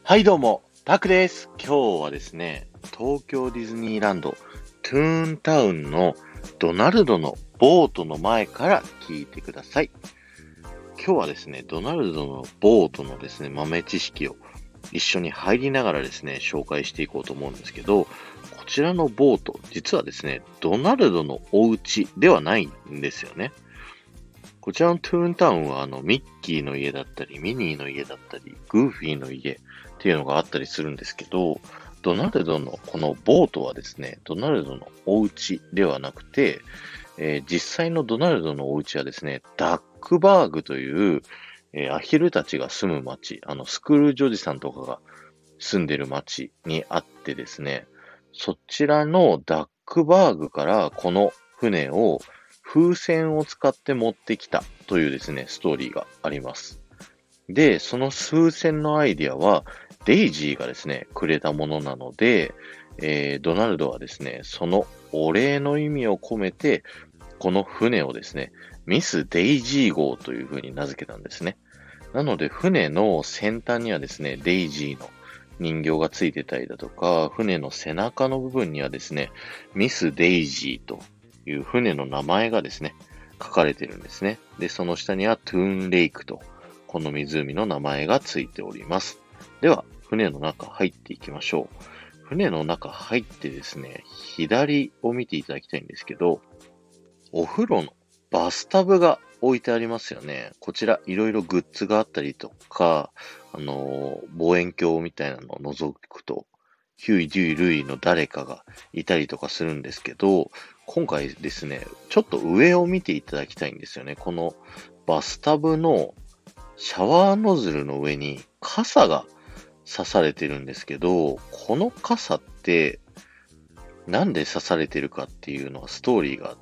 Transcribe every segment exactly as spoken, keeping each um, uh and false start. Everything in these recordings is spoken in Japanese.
はいどうも、タクです。今日はですね、東京ディズニーランド、トゥーンタウンのドナルドのボートの前から聞いてください。今日はですね、ドナルドのボートのですね、豆知識を一緒に入りながらですね、紹介していこうと思うんですけど、こちらのボート、実はですね、ドナルドのお家ではないんですよね。こちらのトゥーンタウンはあのミッキーの家だったり、ミニーの家だったり、グーフィーの家っていうのがあったりするんですけど、ドナルドのこのボートはですね、ドナルドのお家ではなくて、えー実際のドナルドのお家はですね、ダックバーグという、えーアヒルたちが住む町、あのスクルージおじさんとかが住んでる町にあってですね、そちらのダックバーグからこの船を風船を使って持ってきたというですね、ストーリーがあります。で、その風船のアイディアはデイジーがですね、くれたものなので、えードナルドはですね、そのお礼の意味を込めて、この船をですね、ミス・デイジー号という風に名付けたんですね。なので、船の先端にはですね、デイジーの人形がついてたりだとか、船の背中の部分にはですね、ミス・デイジーという船の名前がですね、書かれてるんですね。で、その下にはトゥーンレイクと、この湖の名前がついております。では、船の中入っていきましょう。船の中入ってですね、左を見ていただきたいんですけど、お風呂のバスタブが置いてありますよね。こちらいろいろグッズがあったりとか、あのー望遠鏡みたいなのを覗くと、ヒューイ・デュイ・ルイの誰かがいたりとかするんですけど、今回ですね、ちょっと上を見ていただきたいんですよね。このバスタブのシャワーノズルの上に傘が刺されてるんですけど、この傘ってなんで刺されてるかっていうのはストーリーがあって、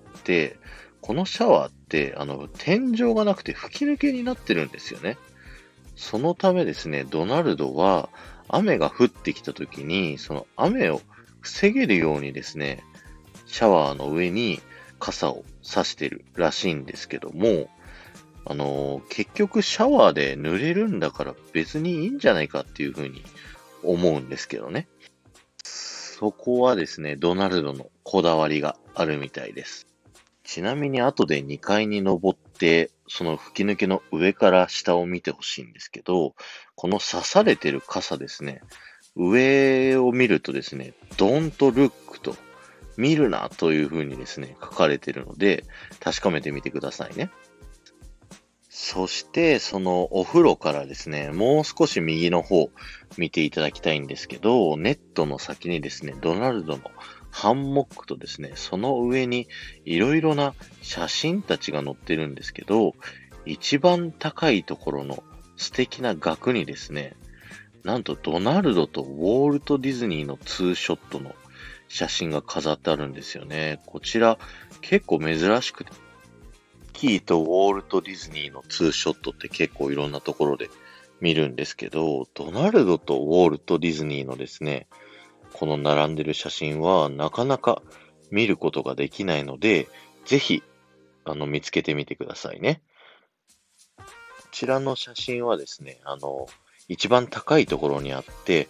このシャワーって、あの、天井がなくて吹き抜けになってるんですよね。そのためですね、ドナルドは雨が降ってきた時に、その雨を防げるようにですね、シャワーの上に傘を差してるらしいんですけども、あのー結局シャワーで濡れるんだから別にいいんじゃないかっていうふうに思うんですけどね。そこはですね、ドナルドのこだわりがあるみたいです。ちなみに後でにかいに登って、その吹き抜けの上から下を見てほしいんですけど、この刺されてる傘ですね、上を見るとですね、Don't look と、見るなという風にですね、書かれてるので、確かめてみてくださいね。そして、そのお風呂からですね、もう少し右の方見ていただきたいんですけど、ネットの先にですね、ドナルドのハンモックとですね、その上にいろいろな写真たちが載ってるんですけど、一番高いところの素敵な額にですね、なんとドナルドとウォルト・ディズニーのツーショットの写真が飾ってあるんですよね。こちら結構珍しくて、キーとウォルト・ディズニーのツーショットって結構いろんなところで見るんですけど、ドナルドとウォルト・ディズニーのですね、この並んでる写真はなかなか見ることができないので、ぜひ、あの、見つけてみてくださいね。こちらの写真はですね、あの、一番高いところにあって、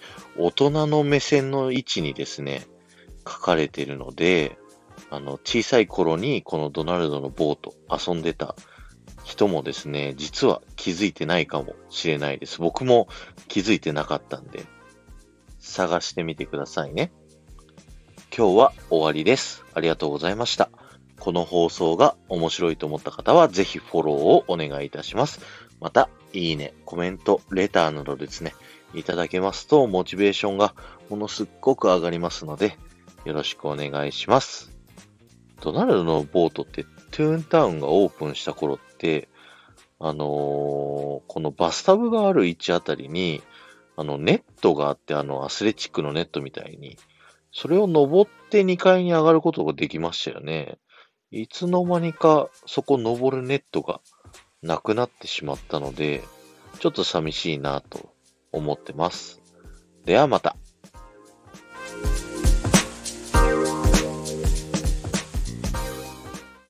大人の目線の位置にですね、書かれているので、あの、小さい頃にこのドナルドのボート遊んでた人もですね、実は気づいてないかもしれないです。僕も気づいてなかったんで、探してみてくださいね。今日は終わりです。ありがとうございました。この放送が面白いと思った方は、ぜひフォローをお願いいたします。また、いいね、コメント、レターなどですね、いただけますと、モチベーションがものすっごく上がりますので、よろしくお願いします。ドナルドのボートって、トゥーンタウンがオープンした頃って、あのーこのバスタブがある位置あたりに、あの、ネットがあって、あの、アスレチックのネットみたいに、それを登ってにかいに上がることができましたよね。いつの間にかそこ登るネットがなくなってしまったので、ちょっと寂しいなと思ってます。ではまた。